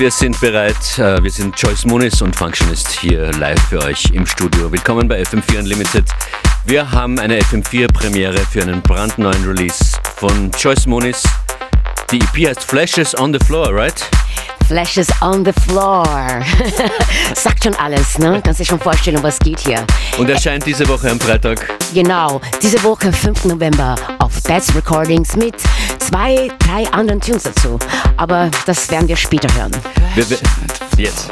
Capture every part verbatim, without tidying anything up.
wir sind bereit. Wir sind Joyce Muniz und Functionist hier live für euch im Studio. Willkommen bei F M vier Unlimited. Wir haben eine F M vier Premiere für einen brandneuen Release von Joyce Muniz. Die E P heißt Flashes on the Floor, right? Flashes on the Floor. Sagt schon alles, ne? Kannst dir schon vorstellen, um was geht hier. Und erscheint diese Woche am Freitag. Genau, diese Woche, fünften November, auf Bats Recordings mit zwei, drei anderen Tunes dazu. Aber das werden wir später hören. Wir, wir, jetzt.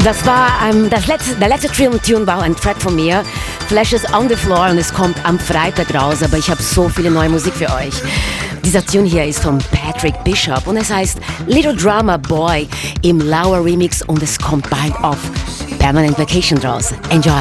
Das war ähm, das letzte, der letzte Tune war ein Track von mir, Flashes on the Floor, und es kommt am Freitag raus, aber ich habe so viele neue Musik für euch. Dieser Tune hier ist von Patrick Bishop und es heißt Little Drama Boy im Lauer Remix und es kommt bald auf Permanent Vacation raus. Enjoy!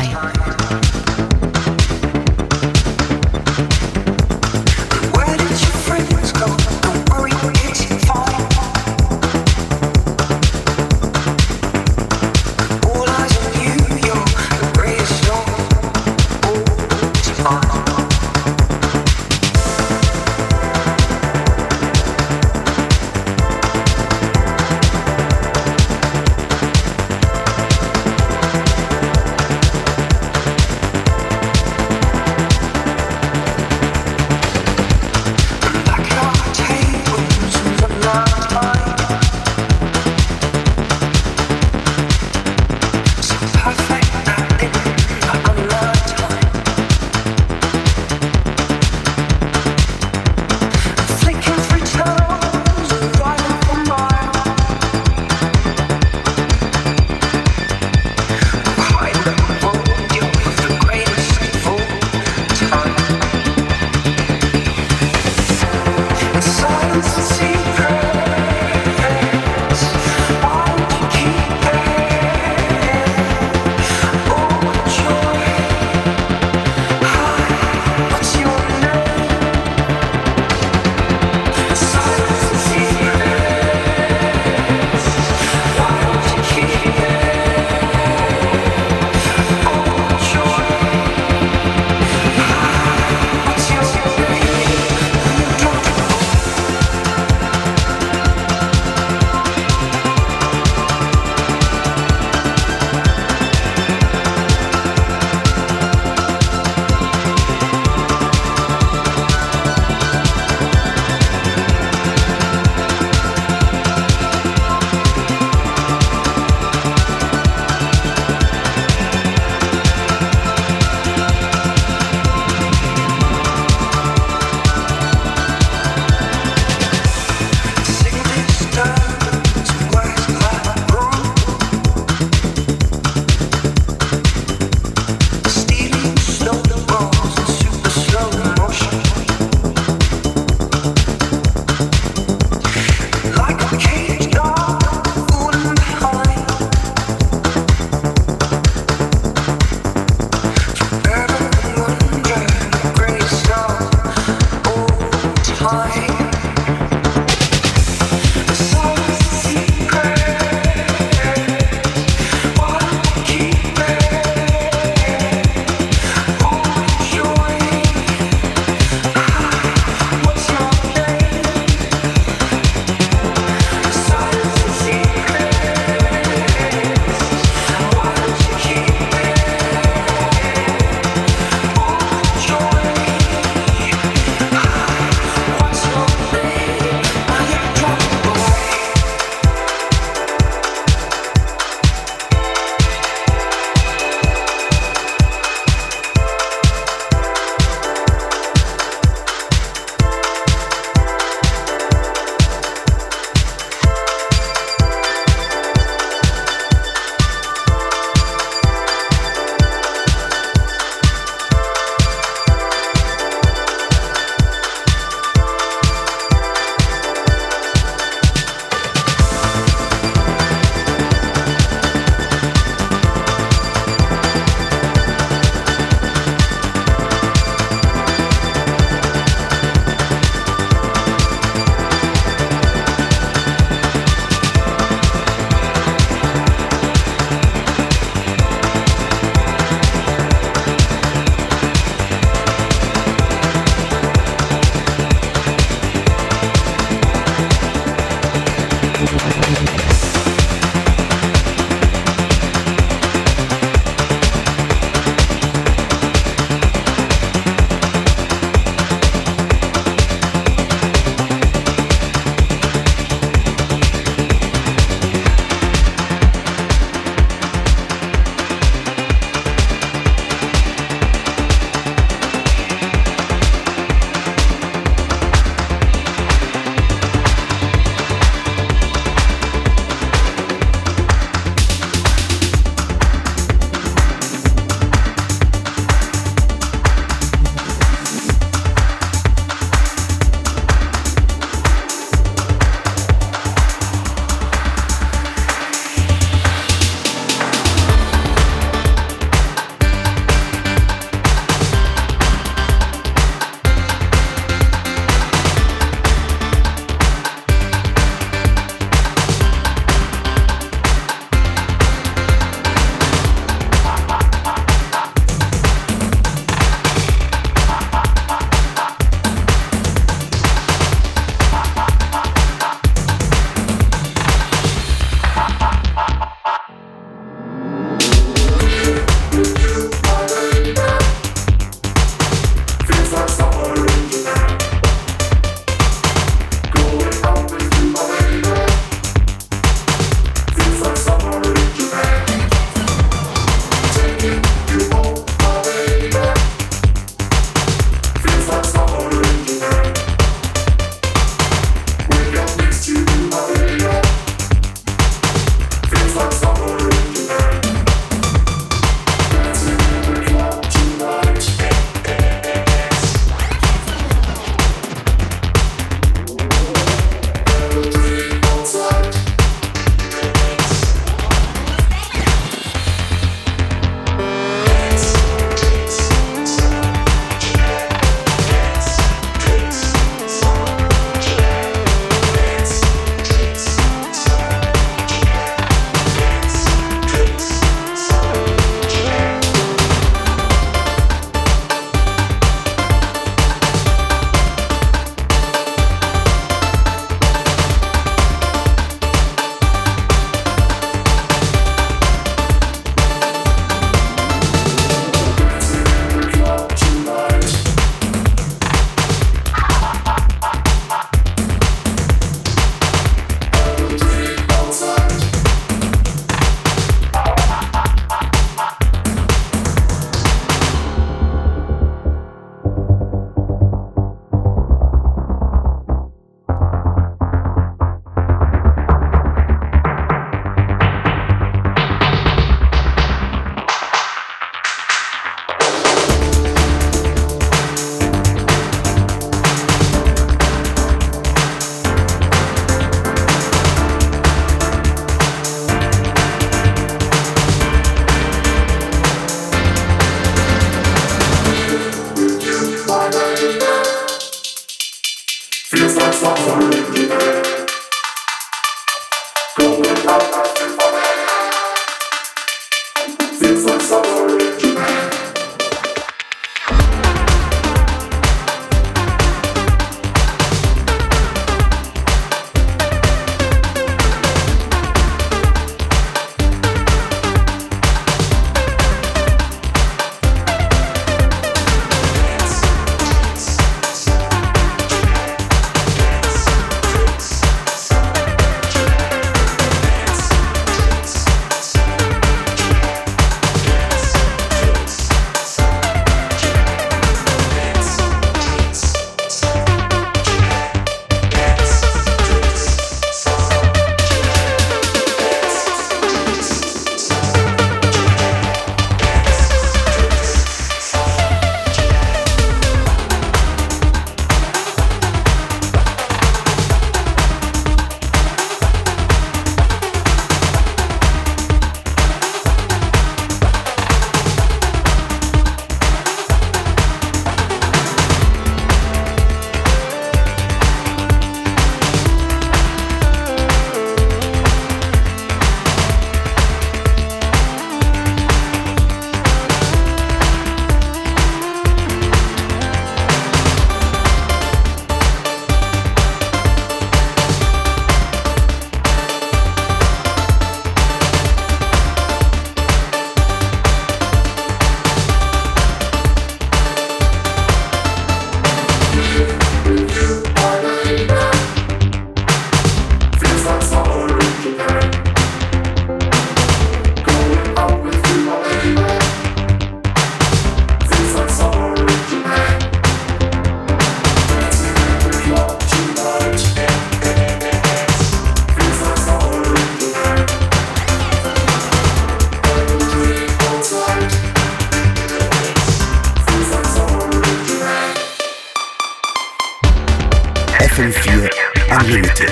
F M vier Unlimited.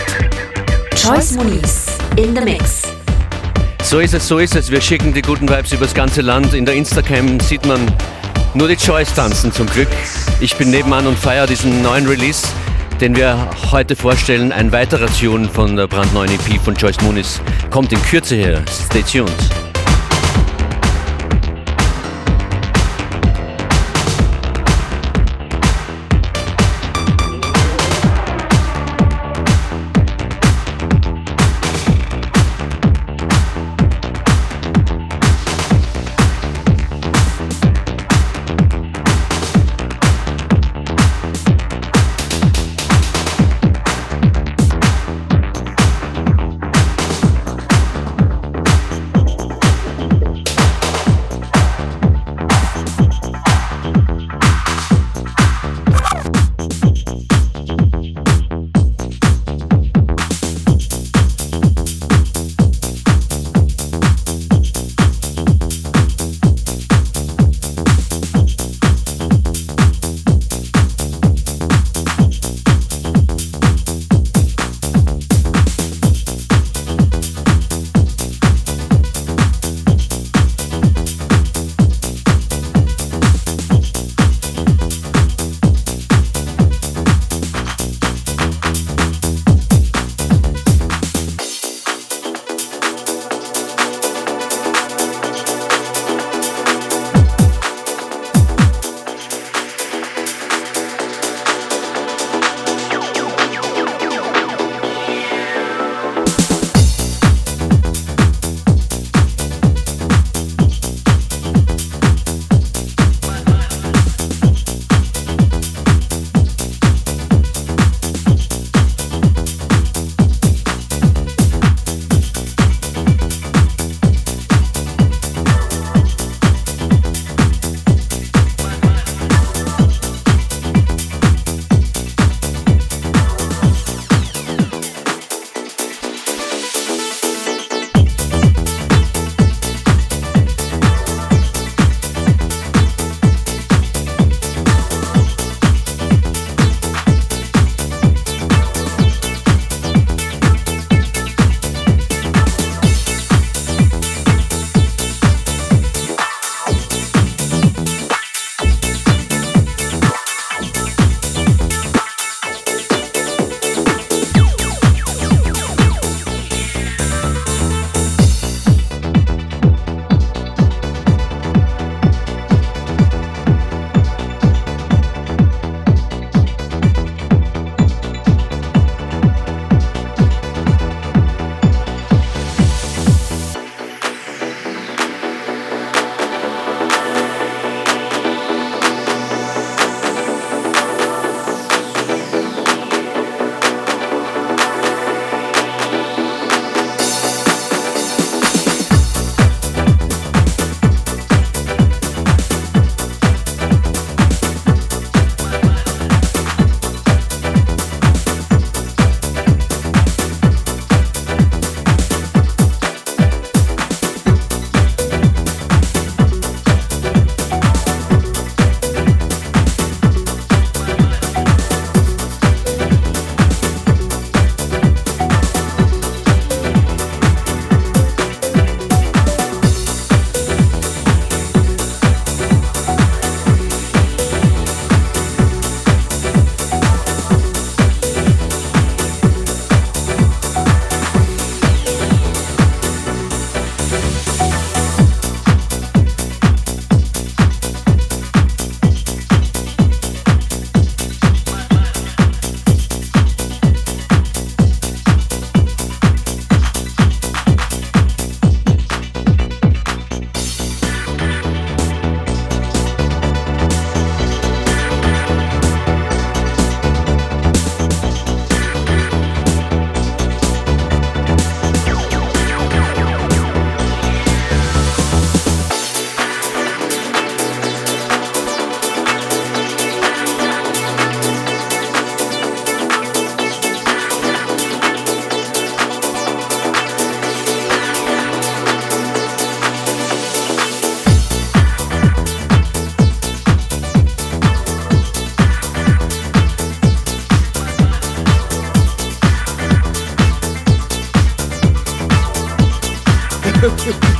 Choice Moniz in the mix. So ist es, so ist es. Wir schicken die guten Vibes übers ganze Land. In der Instacam sieht man nur die Choice tanzen, zum Glück. Ich bin nebenan und feiere diesen neuen Release, den wir heute vorstellen. Ein weiterer Tune von der brandneuen E P von Choice Moniz kommt in Kürze her. Stay tuned.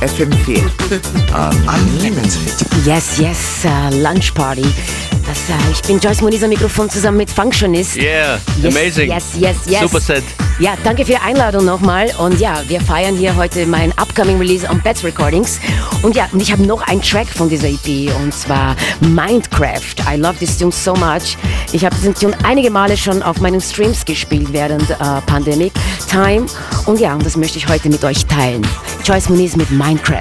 F M vier Unlimited. Yes, yes, uh, Lunch Party. Das, uh, ich bin Joyce Moniz am Mikrofon zusammen mit Functionist. Yeah, yes, amazing. Yes, yes, yes. Super Set. Ja, danke für die Einladung nochmal. Und ja, wir feiern hier heute mein upcoming Release on Bats Recordings. Und ja, und ich habe noch einen Track von dieser E P und zwar Mindcraft. I love this tune so much. Ich habe diesen Tune einige Male schon auf meinen Streams gespielt während äh, Pandemic Time. Und ja, und das möchte ich heute mit euch teilen. Joyce Moniz mit Mindcraft.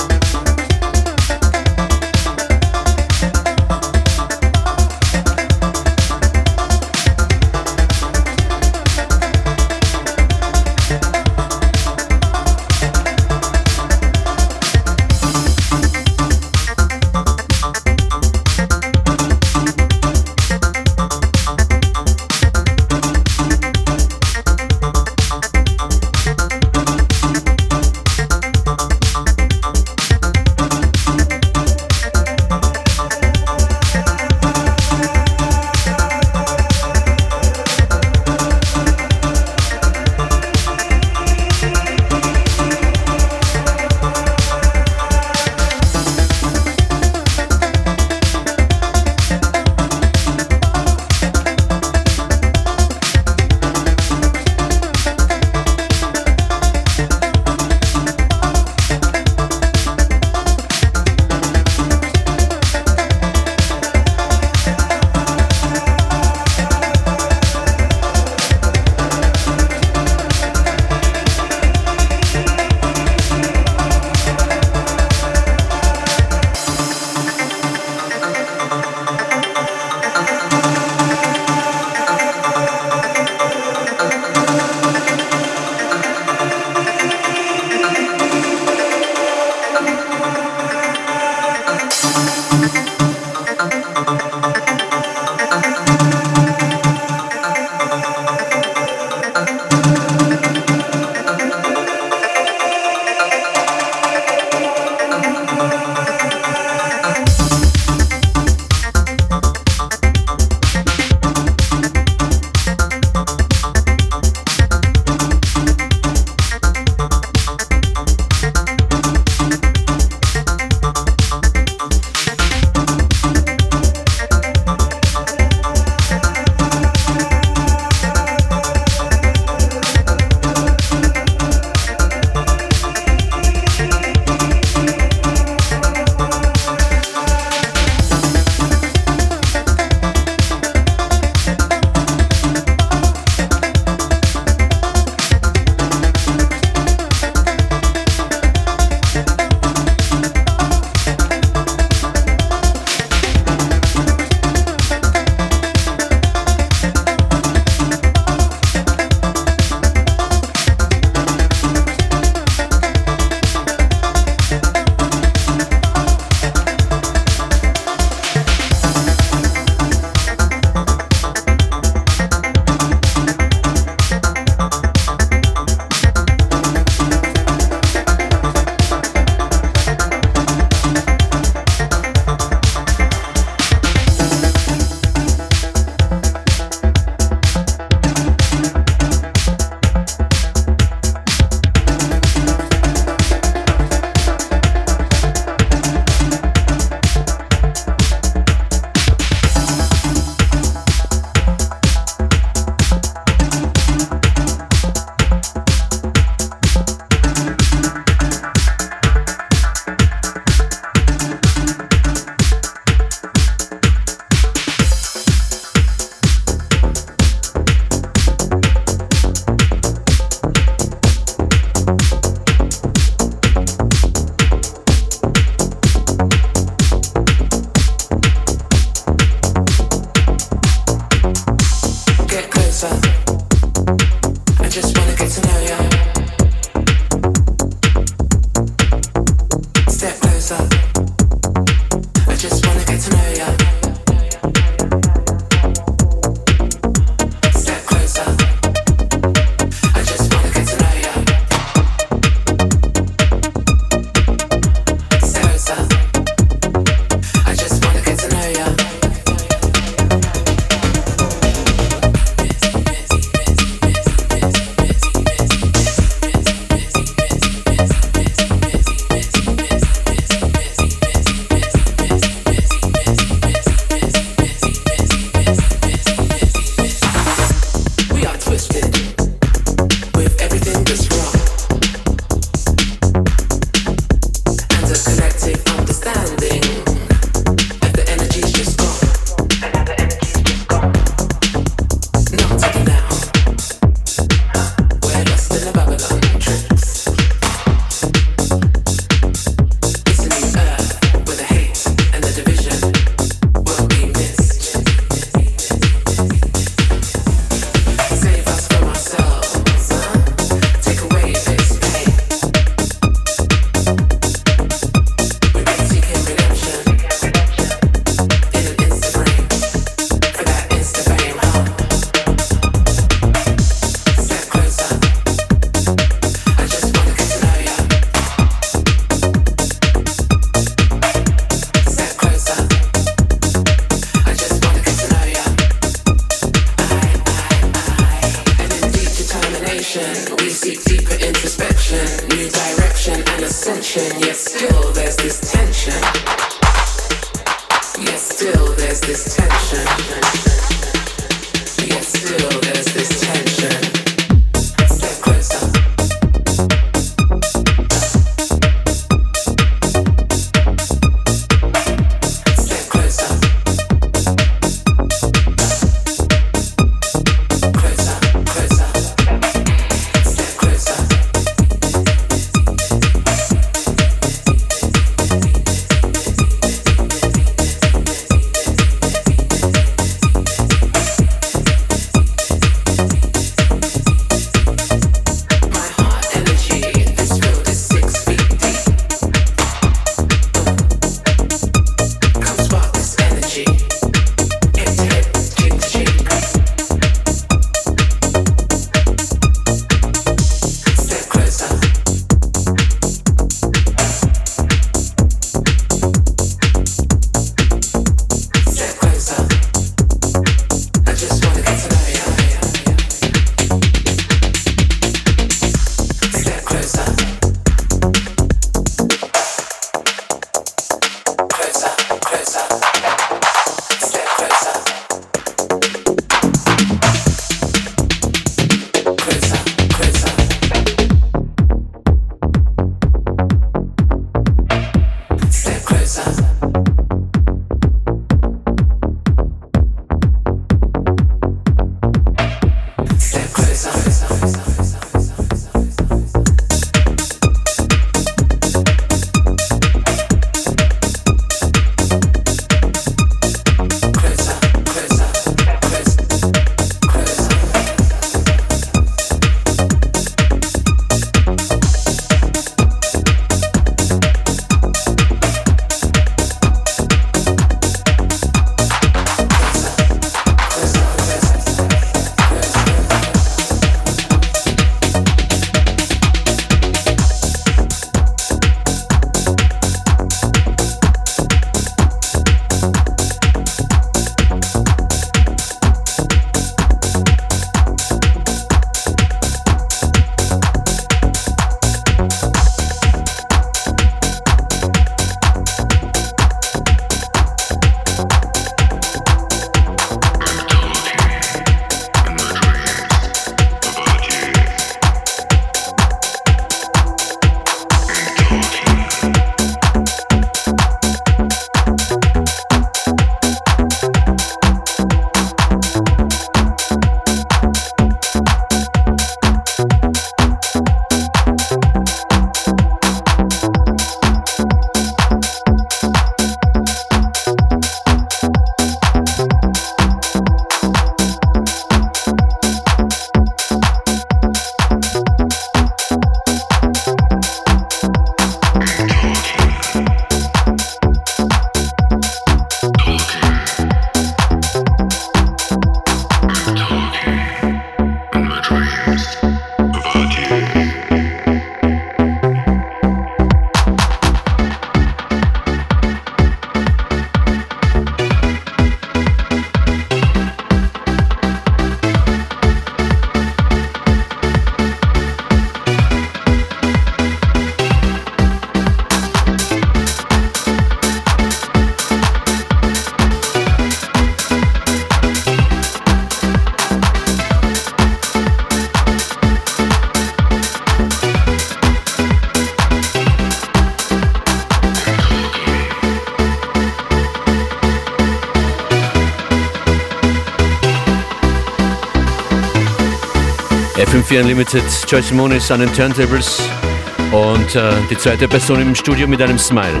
F M vier Unlimited, Joyce Moniz an den Turntables und äh, die zweite Person im Studio mit einem Smile.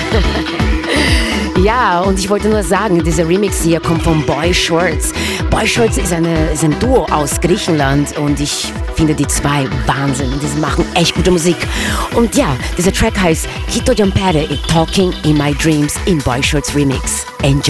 Ja, und ich wollte nur sagen, dieser Remix hier kommt von Boy Shorts. Boy Shorts ist, eine, ist ein Duo aus Griechenland und ich finde die zwei Wahnsinn und die machen echt gute Musik. Und ja, dieser Track heißt Kito Jampere, Talking in My Dreams in Boy Shorts Remix. Enjoy!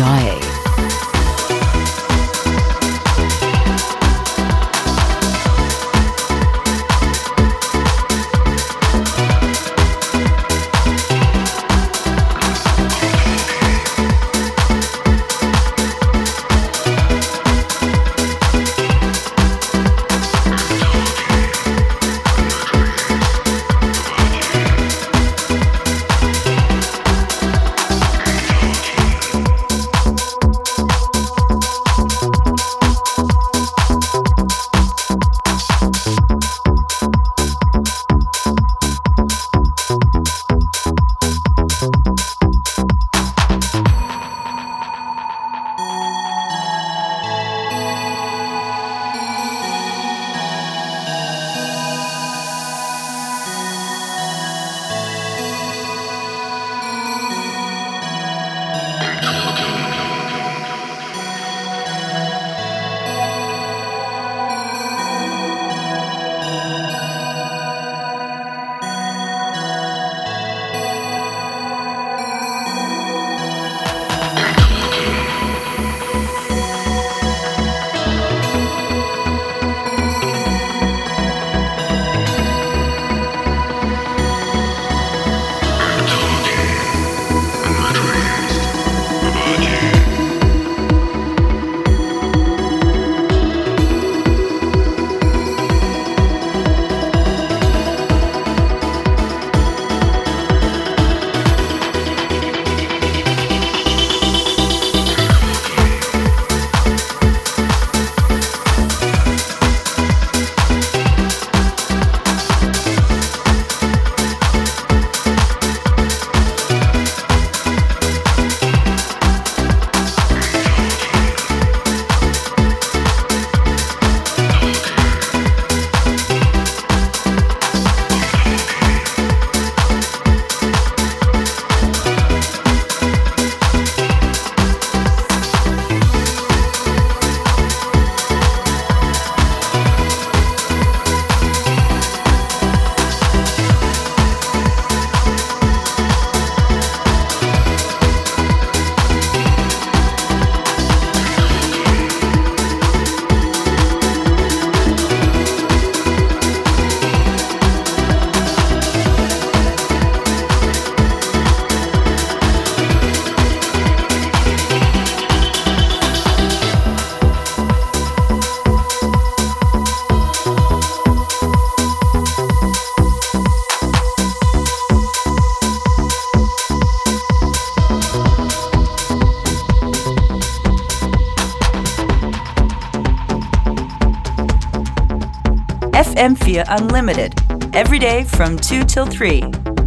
F M four Unlimited, every day from two till three.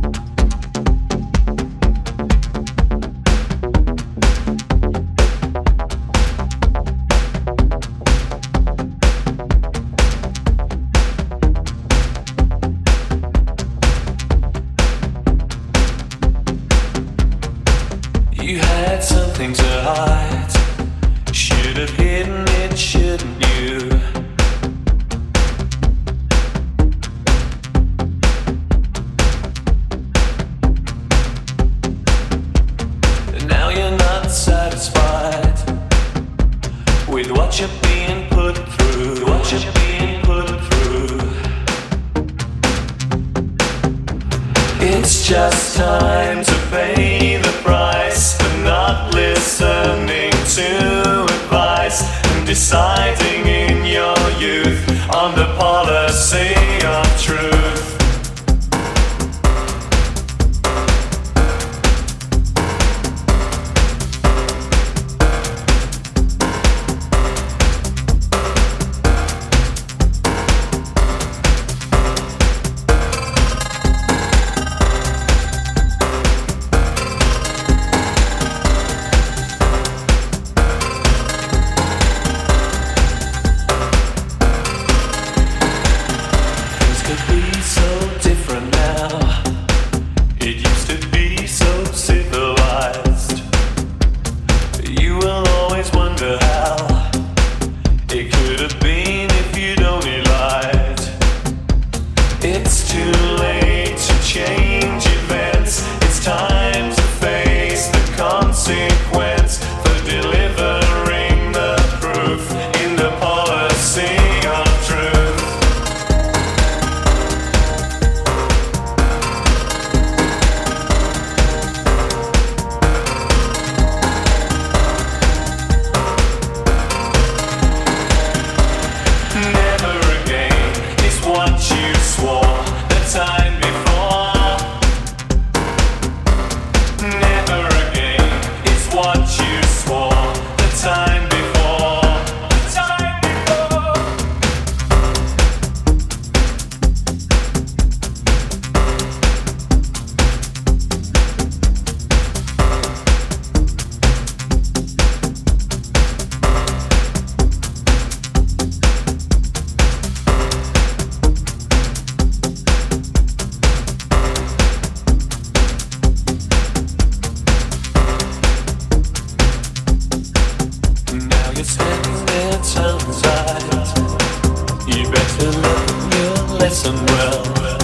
You had something to hide. Should have hidden it, shouldn't you? Now you're not satisfied with what you're being put through. What you're being put through. It's just time to pay the price for not listening to advice and deciding in your youth on the policy of truth. listen well.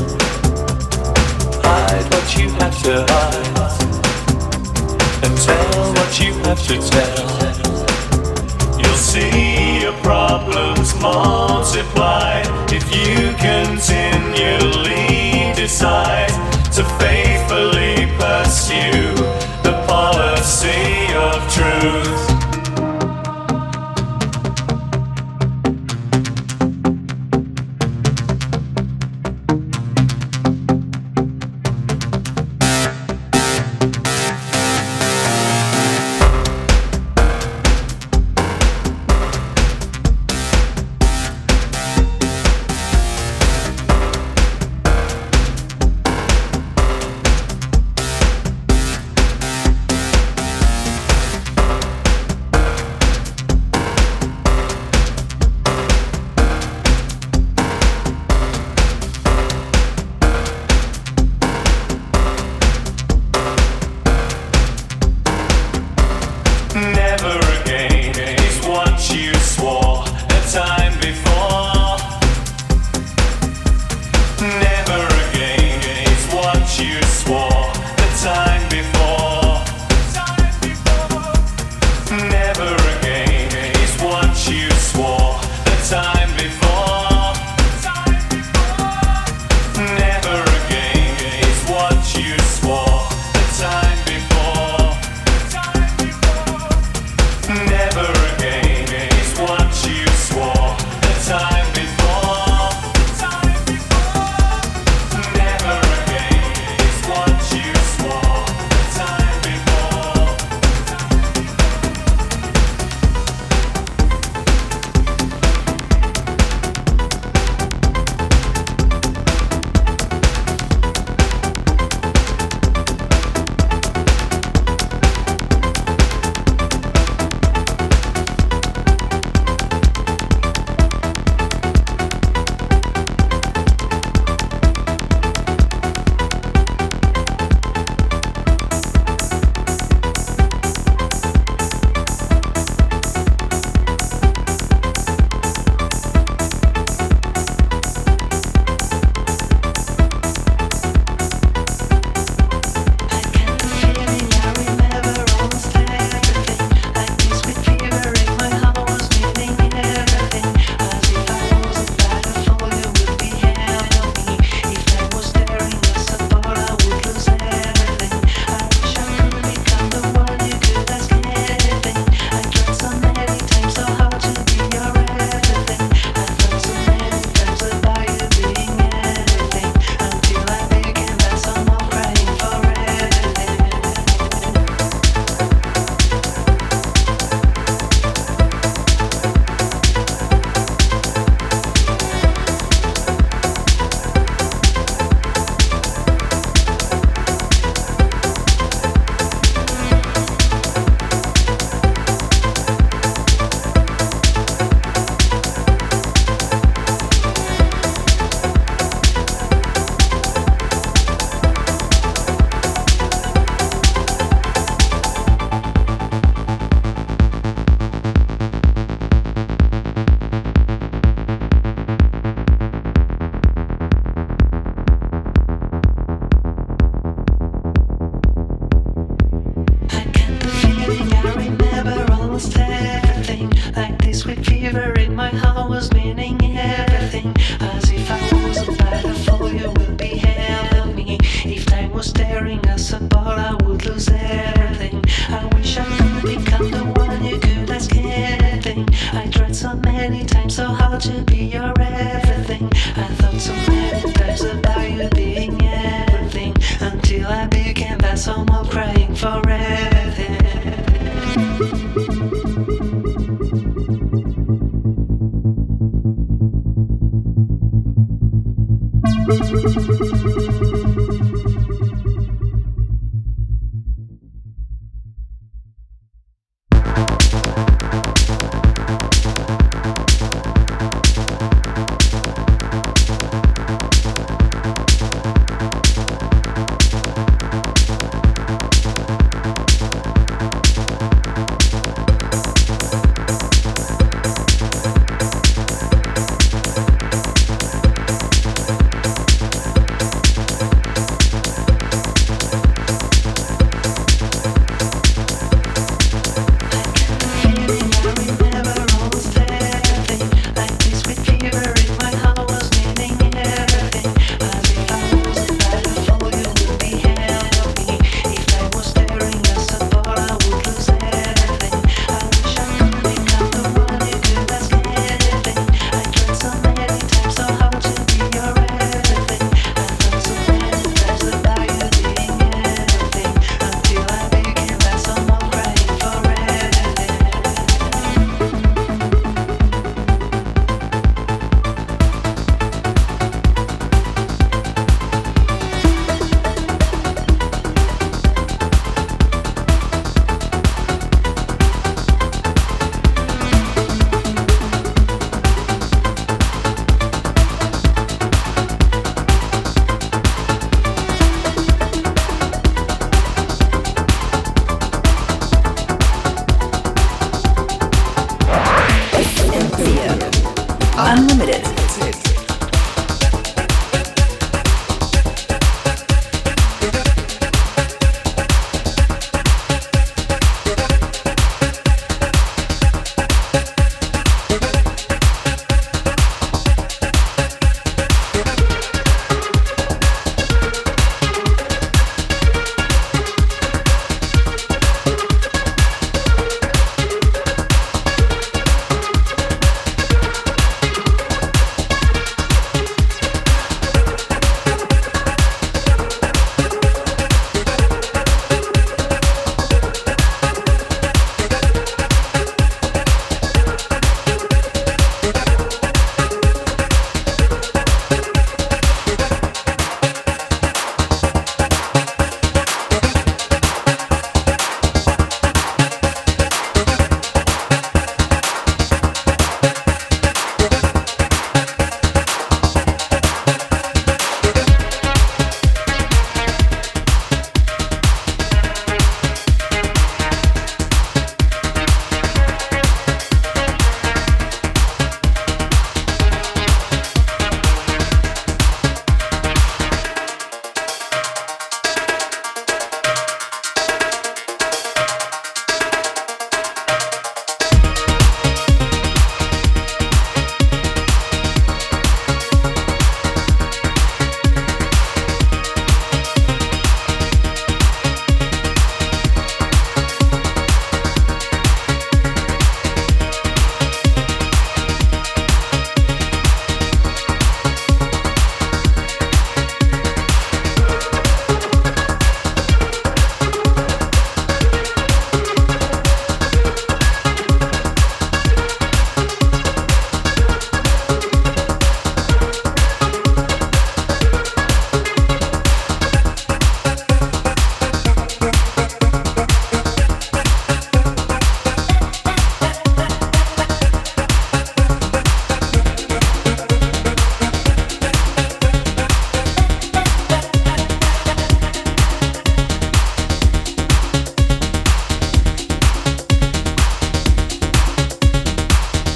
Hide what you have to hide, and tell what you have to tell. You'll see your problems multiply if you continually decide to faithfully pursue the policy of truth.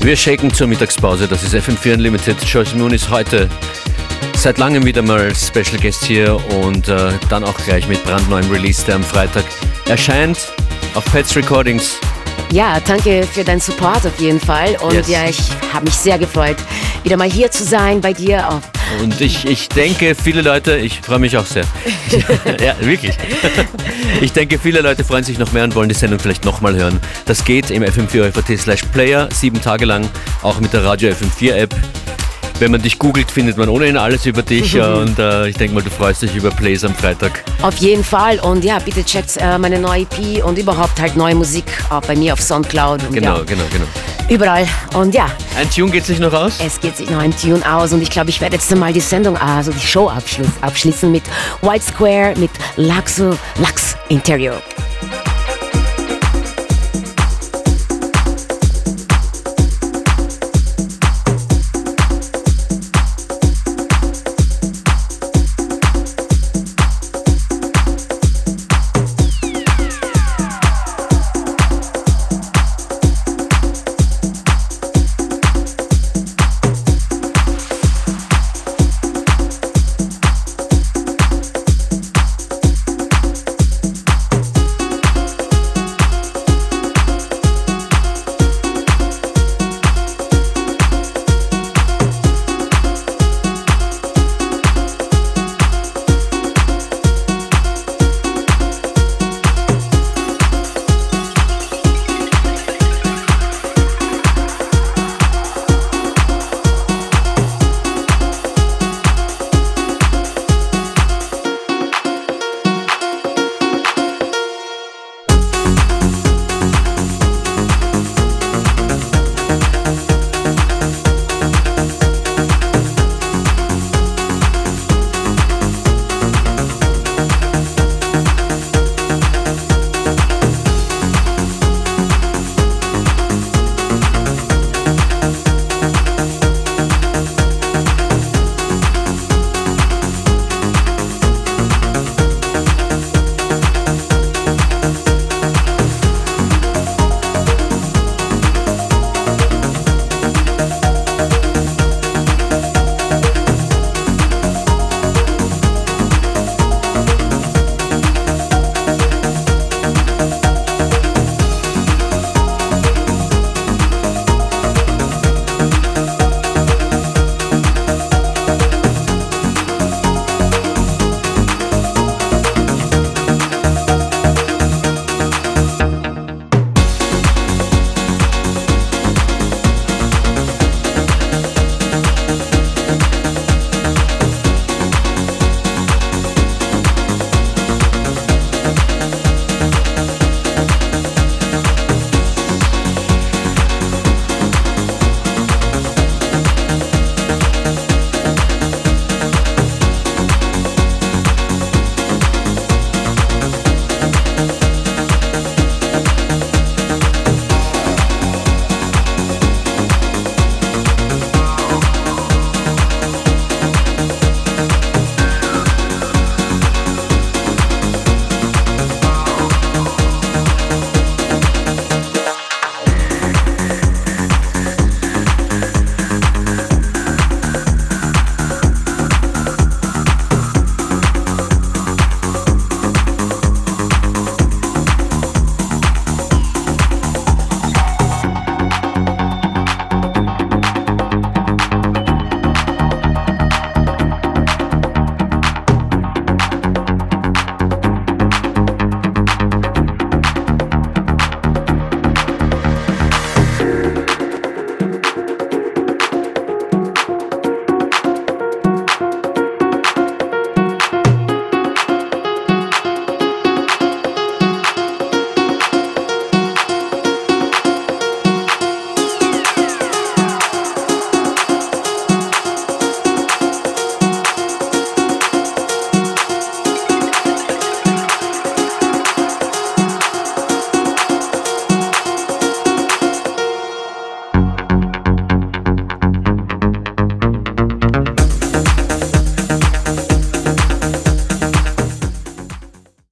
Wir shaken zur Mittagspause, das ist F M vier Unlimited. Joyce Moon ist heute seit langem wieder mal Special Guest hier und äh, dann auch gleich mit brandneuem Release, der am Freitag erscheint auf Pets Recordings. Ja, danke für deinen Support auf jeden Fall und Yes. ja, ich habe mich sehr gefreut, wieder mal hier zu sein bei dir. Oh. Und ich, ich denke, viele Leute, ich freue mich auch sehr. Ja, wirklich. Ich denke, viele Leute freuen sich noch mehr und wollen die Sendung vielleicht nochmal hören. Das geht im F M vier Ö V T slash Player, sieben Tage lang, auch mit der Radio F M vier App. Wenn man dich googelt, findet man ohnehin alles über dich und äh, ich denke mal, du freust dich über Plays am Freitag. Auf jeden Fall und ja, bitte checkt äh, meine neue E P und überhaupt halt neue Musik auch bei mir auf Soundcloud. Und Genau, ja, genau, genau. überall und ja, Ein Tune geht sich noch aus? es geht sich noch ein Tune aus und ich glaube, ich werde jetzt mal die Sendung, also die Show abschließen, abschließen mit White Square, mit Laxo, Lux Interior.